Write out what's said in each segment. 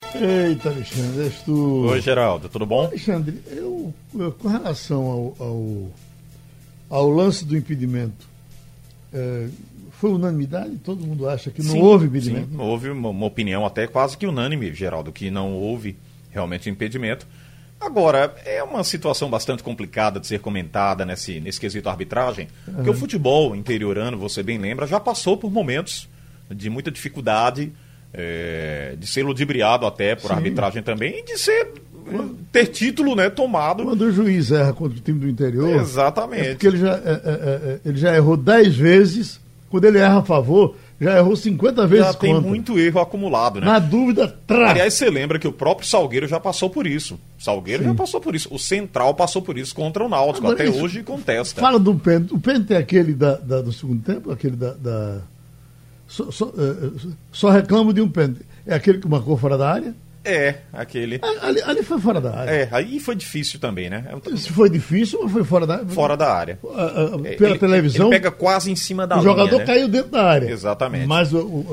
Eita, Alexandre, és tu. Oi, Geraldo, tudo bom? Alexandre, eu com relação ao lance do impedimento, foi unanimidade? Todo mundo acha que não houve impedimento? Sim, houve uma opinião até quase que unânime, Geraldo, que não houve realmente impedimento. Agora, é uma situação bastante complicada de ser comentada nesse quesito arbitragem, porque o futebol interiorano, você bem lembra, já passou por momentos de muita dificuldade, de ser ludibriado até por arbitragem também, e de ter título, né, tomado. Quando o juiz erra contra o time do interior... Exatamente. É porque ele já errou 10 vezes, quando ele erra a favor, já errou 50 vezes já contra. Já tem muito erro acumulado, né? Na dúvida, Aliás, você lembra que o próprio Salgueiro já passou por isso. Já passou por isso. O Central passou por isso contra o Náutico. Agora, até hoje contesta. Fala do pênalti. O pênalti é aquele do segundo tempo? Aquele Só reclamo de um pênalti. É aquele que marcou fora da área? Aquele. Ali foi fora da área. Aí foi difícil também, né? Se foi difícil, mas foi fora da área. Fora da área. Pela televisão. Ele pega quase em cima da linha. O jogador né? caiu dentro da área. Exatamente. Mas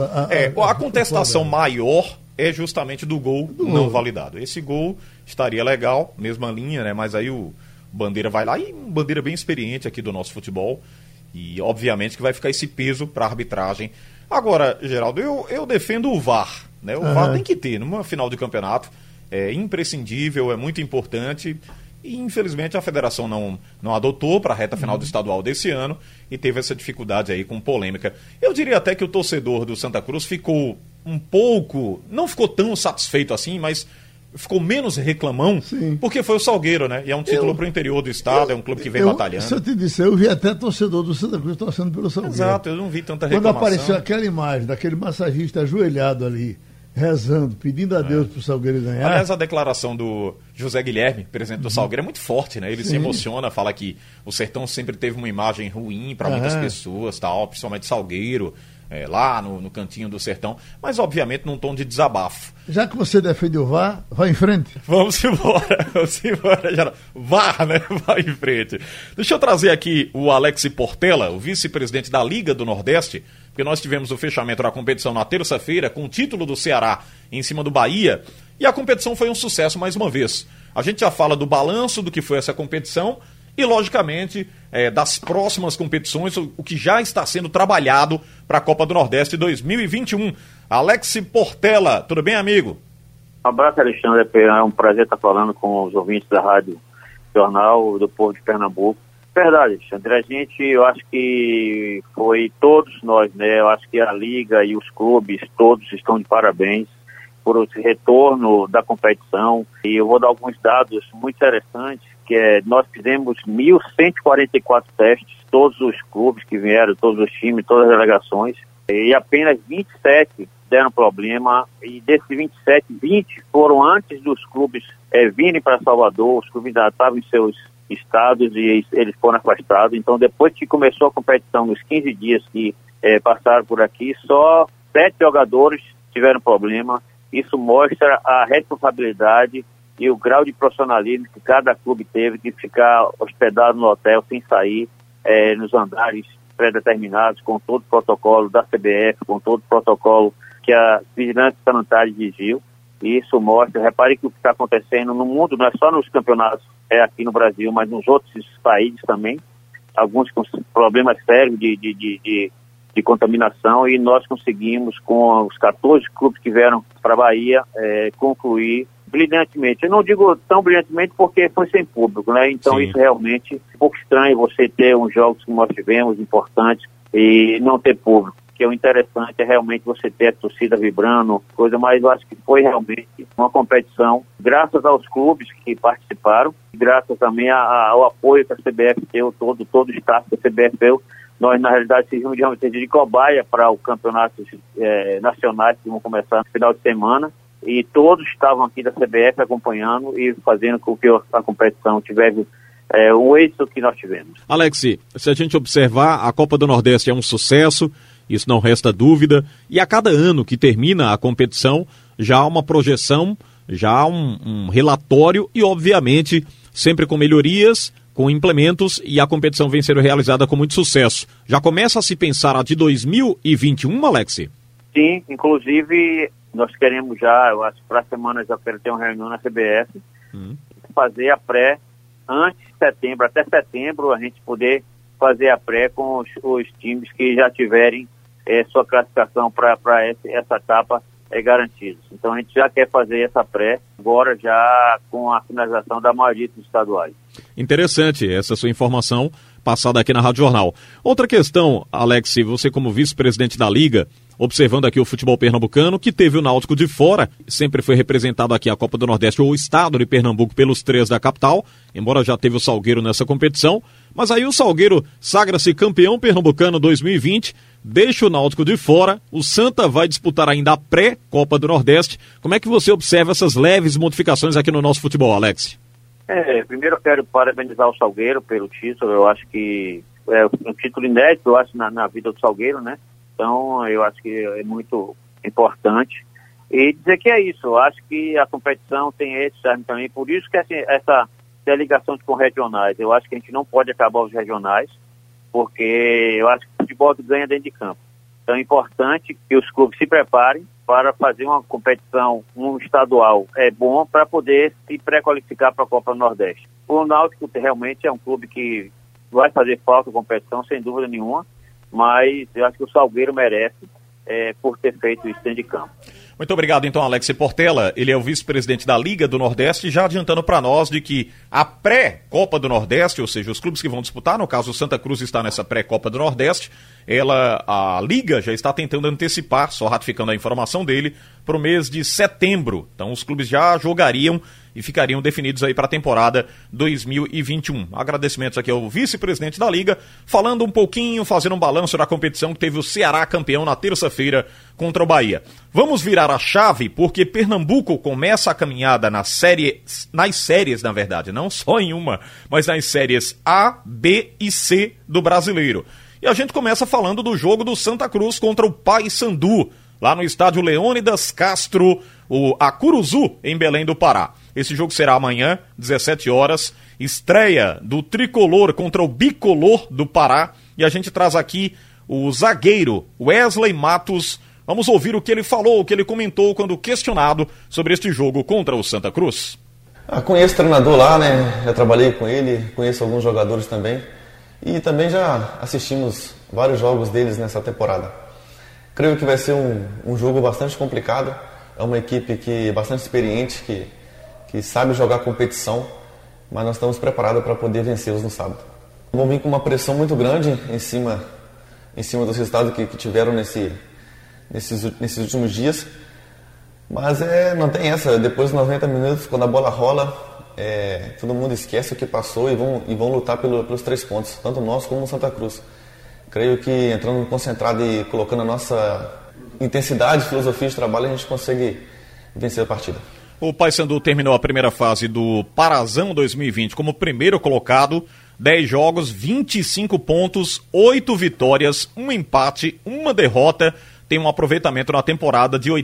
a contestação maior é justamente do gol não validado. Esse gol estaria legal, mesma linha, né? Mas aí o Bandeira vai lá, e um Bandeira bem experiente aqui do nosso futebol. E obviamente que vai ficar esse peso para a arbitragem. Agora, Geraldo, eu defendo o VAR. Né? O VAR tem que ter, numa final de campeonato, é imprescindível, é muito importante, e infelizmente a federação não adotou para a reta final do estadual desse ano, e teve essa dificuldade aí com polêmica. Eu diria até que o torcedor do Santa Cruz ficou um pouco, não ficou tão satisfeito assim, mas ficou menos reclamão, porque foi o Salgueiro, né? E é um título para o interior do estado, é um clube que vem batalhando. Se eu te disser, eu vi até torcedor do Santa Cruz torcendo pelo Salgueiro. Exato, eu não vi tanta reclamação. Quando apareceu aquela imagem daquele massagista ajoelhado ali, rezando, pedindo a Deus para o Salgueiro ganhar. Aliás, a declaração do José Guilherme, presidente do Salgueiro, é muito forte, né? Ele se emociona, fala que o Sertão sempre teve uma imagem ruim para muitas pessoas, tal, principalmente Salgueiro, lá no cantinho do Sertão, mas obviamente num tom de desabafo. Já que você defende o VAR, vai em frente. Vamos embora, Geraldo. VAR, né? Vai em frente. Deixa eu trazer aqui o Alex Portela, o vice-presidente da Liga do Nordeste, porque nós tivemos o fechamento da competição na terça-feira com o título do Ceará em cima do Bahia, e a competição foi um sucesso mais uma vez. A gente já fala do balanço do que foi essa competição e, logicamente, das próximas competições, o que já está sendo trabalhado para a Copa do Nordeste 2021. Alex Portela, tudo bem, amigo? Um abraço, Alexandre. É um prazer estar falando com os ouvintes da Rádio Jornal do Povo de Pernambuco. Verdade, Alexandre. Eu acho que foi todos nós, né? Eu acho que a Liga e os clubes, todos estão de parabéns por esse retorno da competição. E eu vou dar alguns dados muito interessantes, nós fizemos 1.144 testes, todos os clubes que vieram, todos os times, todas as delegações, e apenas 27 deram problema, e desses 27, 20 foram antes dos clubes virem para Salvador, os clubes ainda estavam em seus estados e eles foram afastados. Então, depois que começou a competição, nos 15 dias que passaram por aqui, só 7 jogadores tiveram problema. Isso mostra a responsabilidade e o grau de profissionalismo que cada clube teve de ficar hospedado no hotel sem sair, nos andares pré-determinados, com todo o protocolo da CBF, com todo o protocolo que a Vigilância Sanitária exigiu. E isso mostra, repare que o que está acontecendo no mundo, não é só nos campeonatos aqui no Brasil, mas nos outros países também, alguns com problemas sérios de contaminação, e nós conseguimos, com os 14 clubes que vieram para a Bahia, concluir brilhantemente. Eu não digo tão brilhantemente porque foi sem público, né? Então isso realmente é um pouco estranho, você ter uns jogos que nós tivemos importantes e não ter público. Que o interessante é realmente você ter a torcida vibrando, mas eu acho que foi realmente uma competição, graças aos clubes que participaram, graças também ao apoio que a CBF deu, todo o staff da CBF deu. Nós, na realidade, servimos de cobaia para os campeonatos nacionais que vão começar no final de semana, e todos estavam aqui da CBF acompanhando e fazendo com que a competição tivesse o êxito que nós tivemos. Alex, se a gente observar, a Copa do Nordeste é um sucesso, isso não resta dúvida, e a cada ano que termina a competição, já há uma projeção, já há um relatório e, obviamente, sempre com melhorias, com implementos, e a competição vem sendo realizada com muito sucesso. Já começa a se pensar a de 2021, Alex? Sim, inclusive nós queremos já, eu acho que para a semana já quero ter uma reunião na CBF, fazer a pré antes de setembro, até setembro, a gente poder fazer a pré com os times que já tiverem sua classificação para essa etapa garantida. Então a gente já quer fazer essa pré, agora já com a finalização da maioria dos estaduais. Interessante essa sua informação passada aqui na Rádio Jornal. Outra questão, Alex, você como vice-presidente da Liga, observando aqui o futebol pernambucano, que teve o Náutico de fora, sempre foi representado aqui a Copa do Nordeste ou o estado de Pernambuco pelos 3 da capital, embora já teve o Salgueiro nessa competição, mas aí o Salgueiro sagra-se campeão pernambucano 2020, deixa o Náutico de fora, o Santa vai disputar ainda a pré-Copa do Nordeste. Como é que você observa essas leves modificações aqui no nosso futebol, Alex? Primeiro eu quero parabenizar o Salgueiro pelo título, eu acho que é um título inédito, eu acho, na vida do Salgueiro, né? Então, eu acho que é muito importante. E dizer que é isso, eu acho que a competição tem esse charme também, por isso que essa ligação com regionais, eu acho que a gente não pode acabar os regionais, porque eu acho que o futebol ganha dentro de campo. Então é importante que os clubes se preparem para fazer uma competição, um estadual bom, para poder se pré-qualificar para a Copa do Nordeste. O Náutico realmente é um clube que vai fazer falta a competição, sem dúvida nenhuma, mas eu acho que o Salgueiro merece por ter feito isso dentro de campo. Muito obrigado, então, Alex Portela. Ele é o vice-presidente da Liga do Nordeste, já adiantando para nós de que a pré-Copa do Nordeste, ou seja, os clubes que vão disputar, no caso o Santa Cruz está nessa pré-Copa do Nordeste, a Liga já está tentando antecipar, só ratificando a informação dele, para o mês de setembro. Então os clubes já jogariam e ficariam definidos aí para a temporada 2021. Agradecimentos aqui ao vice-presidente da Liga, falando um pouquinho, fazendo um balanço da competição que teve o Ceará campeão na terça-feira contra o Bahia. Vamos virar a chave, porque Pernambuco começa a caminhada nas séries, na verdade, não só em uma, mas nas séries A, B e C do Brasileiro. E a gente começa falando do jogo do Santa Cruz contra o Paysandu, lá no estádio Leônidas Castro, o Acuruzu, em Belém do Pará. Esse jogo será amanhã, 17 horas, estreia do Tricolor contra o Bicolor do Pará, e a gente traz aqui o zagueiro Wesley Matos. Vamos ouvir o que ele falou, o que ele comentou quando questionado sobre este jogo contra o Santa Cruz. Conheço o treinador lá, né? Já trabalhei com ele, conheço alguns jogadores também, e também já assistimos vários jogos deles nessa temporada. Creio que vai ser um jogo bastante complicado. É uma equipe bastante experiente, que sabe jogar competição, mas nós estamos preparados para poder vencê-los no sábado. Vão vir com uma pressão muito grande em cima dos resultados que tiveram nesses últimos dias, mas não tem essa. Depois dos 90 minutos, quando a bola rola, todo mundo esquece o que passou e vão lutar pelos 3 pontos, tanto nós como o Santa Cruz. Creio que entrando concentrado e colocando a nossa intensidade, filosofia de trabalho, a gente consegue vencer a partida. O Paysandu terminou a primeira fase do Parazão 2020 como primeiro colocado, 10 jogos, 25 pontos, 8 vitórias, 1 empate, 1 derrota, tem um aproveitamento na temporada de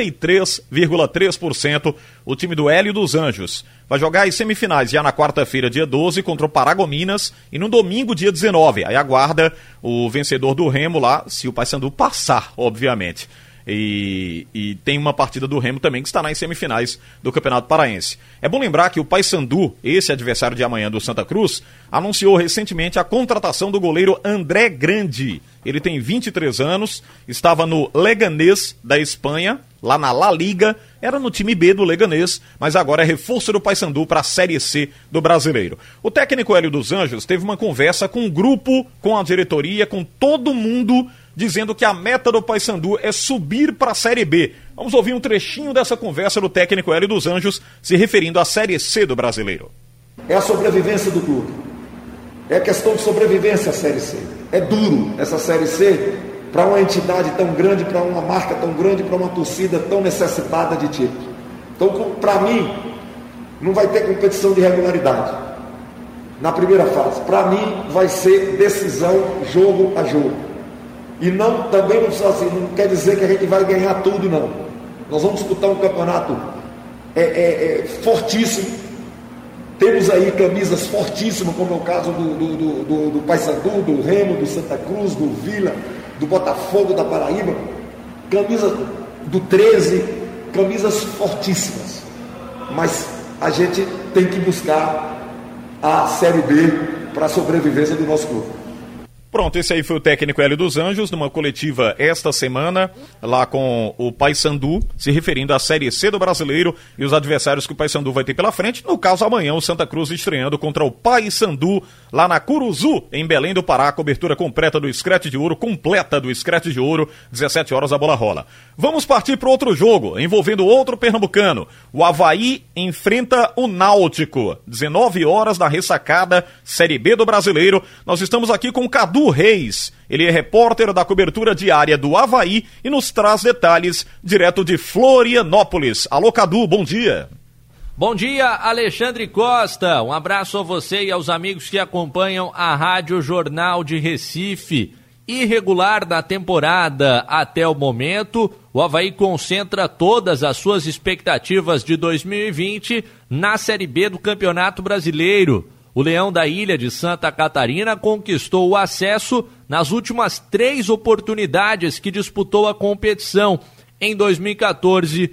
83,3%. O time do Hélio dos Anjos vai jogar as semifinais já na quarta-feira, dia 12, contra o Paragominas, e no domingo, dia 19. Aí aguarda o vencedor do Remo lá, se o Paysandu passar, obviamente. E tem uma partida do Remo também que está nas semifinais do Campeonato Paraense. É bom lembrar que o Paysandu, esse adversário de amanhã do Santa Cruz, anunciou recentemente a contratação do goleiro André Grande. Ele tem 23 anos, estava no Leganés da Espanha, lá na La Liga, era no time B do Leganés, mas agora é reforço do Paysandu para a Série C do Brasileiro. O técnico Hélio dos Anjos teve uma conversa com o grupo, com a diretoria, com todo mundo, dizendo que a meta do Paysandu é subir para a Série B. Vamos ouvir um trechinho dessa conversa do técnico Hélio dos Anjos, se referindo à Série C do Brasileiro. É a sobrevivência do clube. É questão de sobrevivência a Série C. É duro essa Série C para uma entidade tão grande, para uma marca tão grande, para uma torcida tão necessitada de título. Então, para mim, não vai ter competição de regularidade na primeira fase. Para mim, vai ser decisão jogo a jogo. E também não quer dizer que a gente vai ganhar tudo, não. Nós vamos disputar um campeonato fortíssimo. Temos aí camisas fortíssimas, como é o caso do Paysandu, do Remo, do Santa Cruz, do Vila, do Botafogo da Paraíba. Camisa do 13, camisas fortíssimas, mas a gente tem que buscar a Série B para a sobrevivência do nosso clube. Pronto, esse aí foi o técnico Hélio dos Anjos, numa coletiva esta semana, lá com o Paysandu, se referindo à Série C do Brasileiro e os adversários que o Paysandu vai ter pela frente. No caso, amanhã, o Santa Cruz estreando contra o Paysandu, lá na Curuzu, em Belém do Pará. Cobertura completa do Scratch de Ouro, 17 horas a bola rola. Vamos partir para outro jogo, envolvendo outro pernambucano. O Avaí enfrenta o Náutico, 19 horas na ressacada Série B do Brasileiro. Nós estamos aqui com o Cadu Reis, ele é repórter da cobertura diária do Avaí e nos traz detalhes direto de Florianópolis. Alô, Cadu, bom dia. Bom dia, Alexandre Costa. Um abraço a você e aos amigos que acompanham a Rádio Jornal de Recife. Irregular da temporada até o momento, o Avaí concentra todas as suas expectativas de 2020 na Série B do Campeonato Brasileiro. O Leão da Ilha de Santa Catarina conquistou o acesso nas últimas 3 oportunidades que disputou a competição em 2014,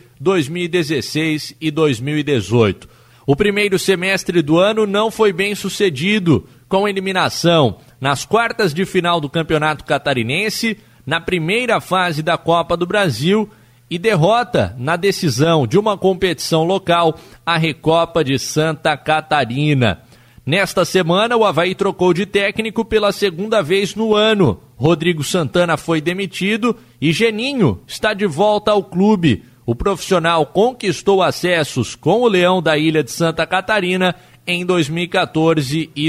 2016 e 2018. O primeiro semestre do ano não foi bem sucedido, com eliminação nas quartas de final do Campeonato Catarinense, na primeira fase da Copa do Brasil e derrota na decisão de uma competição local, a Recopa de Santa Catarina. Nesta semana, o Avaí trocou de técnico pela segunda vez no ano. Rodrigo Santana foi demitido e Geninho está de volta ao clube. O profissional conquistou acessos com o Leão da Ilha de Santa Catarina em 2014 e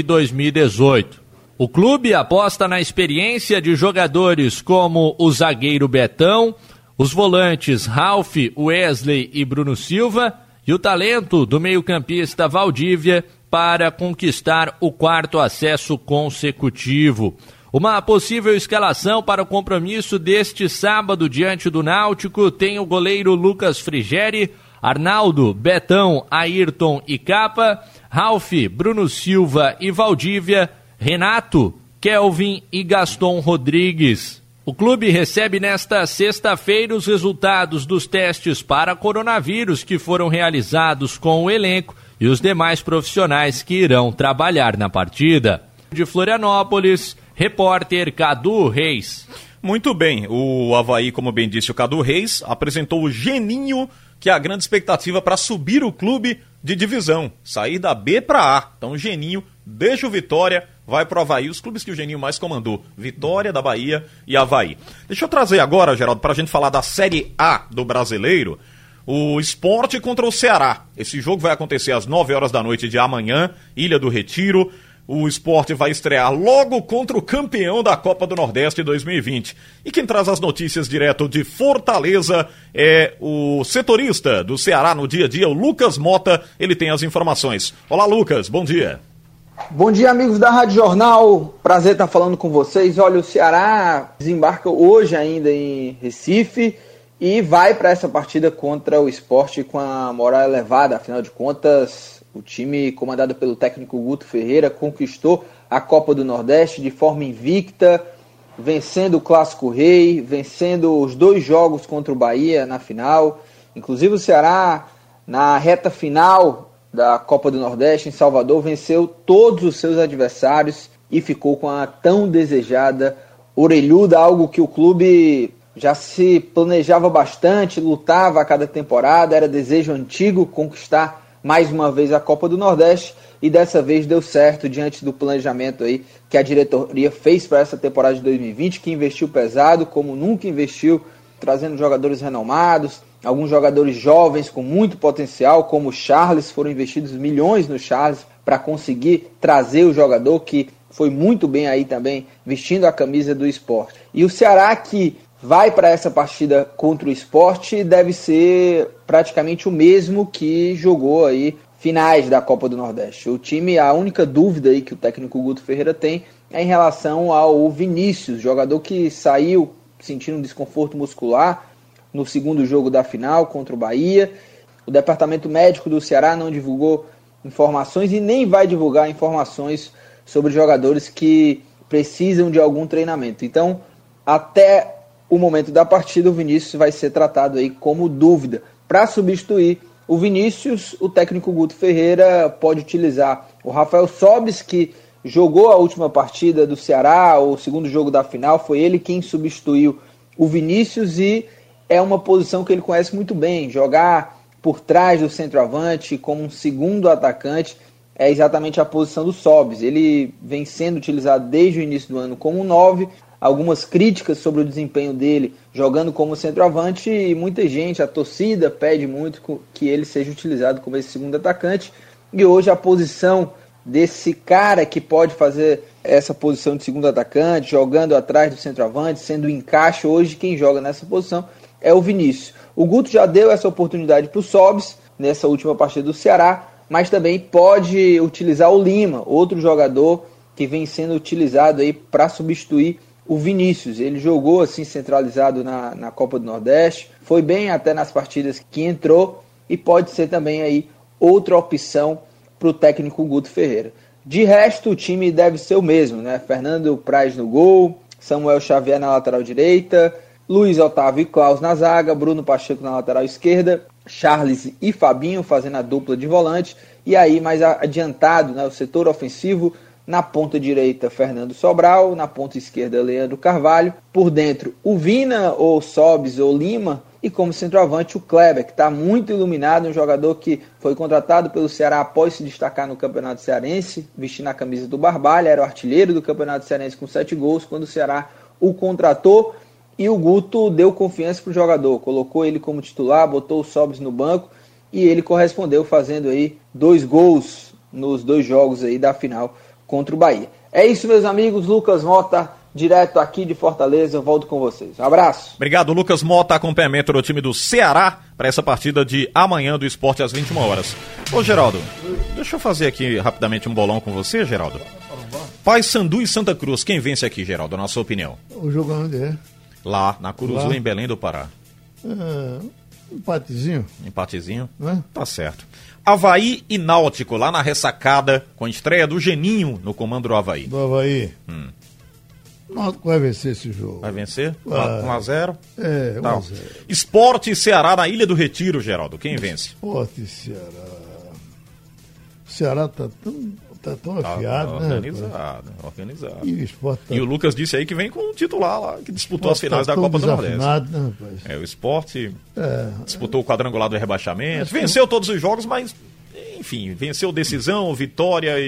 2018. O clube aposta na experiência de jogadores como o zagueiro Betão, os volantes Ralf, Wesley e Bruno Silva e o talento do meio-campista Valdívia para conquistar o 4º acesso consecutivo. Uma possível escalação para o compromisso deste sábado diante do Náutico tem o goleiro Lucas Frigeri, Arnaldo, Betão, Ayrton e Capa, Ralf, Bruno Silva e Valdívia, Renato, Kelvin e Gaston Rodrigues. O clube recebe nesta sexta-feira os resultados dos testes para coronavírus que foram realizados com o elenco e os demais profissionais que irão trabalhar na partida. De Florianópolis, repórter Cadu Reis. Muito bem, o Avaí, como bem disse o Cadu Reis, apresentou o Geninho, que é a grande expectativa para subir o clube de divisão, sair da B para A. Então o Geninho deixa o Vitória, vai para o Avaí, os clubes que o Geninho mais comandou, Vitória da Bahia e Avaí. Deixa eu trazer agora, Geraldo, para a gente falar da Série A do Brasileiro, o Sport contra o Ceará. Esse jogo vai acontecer às 9 horas da noite de amanhã, Ilha do Retiro. O Sport vai estrear logo contra o campeão da Copa do Nordeste 2020. E quem traz as notícias direto de Fortaleza é o setorista do Ceará no dia a dia, o Lucas Mota. Ele tem as informações. Olá, Lucas, bom dia. Bom dia, amigos da Rádio Jornal. Prazer estar falando com vocês. Olha, o Ceará desembarca hoje ainda em Recife e vai para essa partida contra o Sport com a moral elevada. Afinal de contas, o time comandado pelo técnico Guto Ferreira conquistou a Copa do Nordeste de forma invicta, vencendo o Clássico Rei, vencendo os 2 jogos contra o Bahia na final. Inclusive o Ceará, na reta final da Copa do Nordeste, em Salvador, venceu todos os seus adversários e ficou com a tão desejada orelhuda, algo que o clube já se planejava bastante, lutava a cada temporada, era desejo antigo conquistar mais uma vez a Copa do Nordeste e dessa vez deu certo diante do planejamento aí que a diretoria fez para essa temporada de 2020, que investiu pesado, como nunca investiu, trazendo jogadores renomados, alguns jogadores jovens com muito potencial, como o Charles, foram investidos milhões no Charles para conseguir trazer o jogador que foi muito bem aí também vestindo a camisa do Sport. E o Ceará, que vai para essa partida contra o Sport, deve ser praticamente o mesmo que jogou aí finais da Copa do Nordeste. O time, a única dúvida aí que o técnico Guto Ferreira tem é em relação ao Vinícius, jogador que saiu sentindo um desconforto muscular no segundo jogo da final contra o Bahia. O departamento médico do Ceará não divulgou informações e nem vai divulgar informações sobre jogadores que precisam de algum treinamento. Então, até o momento da partida, o Vinícius vai ser tratado aí como dúvida. para substituir o Vinícius. O técnico Guto Ferreira pode utilizar o Rafael Sobis, que jogou a última partida do Ceará, o segundo jogo da final, foi ele quem substituiu o Vinícius, e é uma posição que ele conhece muito bem. Jogar por trás do centroavante como um segundo atacante é exatamente a posição do Sobis. Ele vem sendo utilizado desde o início do ano como 9, algumas críticas sobre o desempenho dele jogando como centroavante, e muita gente, a torcida pede muito que ele seja utilizado como esse segundo atacante, e hoje a posição desse cara que pode fazer essa posição de segundo atacante, jogando atrás do centroavante, sendo encaixe, hoje quem joga nessa posição é o Vinícius. O Guto já deu essa oportunidade para o Sobis nessa última partida do Ceará, mas também pode utilizar o Lima, outro jogador que vem sendo utilizado aí para substituir o Vinícius. Ele jogou assim centralizado na Copa do Nordeste, foi bem até nas partidas que entrou, e pode ser também aí outra opção para o técnico Guto Ferreira. De resto, o time deve ser o mesmo, né? Fernando Praz no gol, Samuel Xavier na lateral direita, Luiz Otávio e Klaus na zaga, Bruno Pacheco na lateral esquerda, Charles e Fabinho fazendo a dupla de volante, e aí mais adiantado, né, o setor ofensivo, na ponta direita Fernando Sobral, na ponta esquerda Leandro Carvalho, por dentro o Vina, ou Sobis ou Lima, e como centroavante o Kleber, que está muito iluminado, um jogador que foi contratado pelo Ceará após se destacar no Campeonato Cearense, vestindo a camisa do Barbalha, era o artilheiro do Campeonato Cearense com 7 gols, quando o Ceará o contratou, e o Guto deu confiança para o jogador, colocou ele como titular, botou o Sobis no banco, e ele correspondeu fazendo aí 2 gols nos 2 jogos aí da final contra o Bahia. É isso, meus amigos. Lucas Mota, direto aqui de Fortaleza, eu volto com vocês. Um abraço. Obrigado, Lucas Mota, acompanhamento do time do Ceará para essa partida de amanhã do Esporte às 21 horas. Ô, Geraldo, deixa eu fazer aqui rapidamente um bolão com você, Geraldo. Paysandu e Santa Cruz, quem vence aqui, Geraldo, na sua opinião? O jogo onde é? Lá, na Curuzu, em Belém do Pará. Empatezinho. Empatezinho? É? Tá certo. Avaí e Náutico, lá na ressacada, com a estreia do Geninho no comando do Avaí. Do Avaí. Náutico vai vencer esse jogo. Vai vencer? Vai. 1-0? É, 1-0. Sport e Ceará na Ilha do Retiro, Geraldo. Quem vence? Sport e Ceará. O Ceará tá tão afiado, né? Organizado. E o Sport E o Lucas disse aí que vem com um titular lá, que disputou as finais da Copa do Nordeste. Né, rapaz? O Sport disputou o quadrangular do rebaixamento, venceu todos os jogos, mas, enfim, venceu decisão, vitória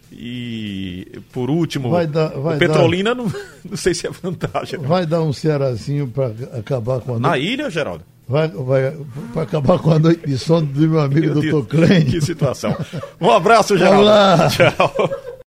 e por último, o Petrolina, não sei se é vantagem. Não. Vai dar um Cearazinho para acabar com a noite. Na ilha, Geraldo? Vai acabar com a noite de sono do meu amigo Dr. Klein. Que situação. Um abraço, Geraldo. Olá. Tchau.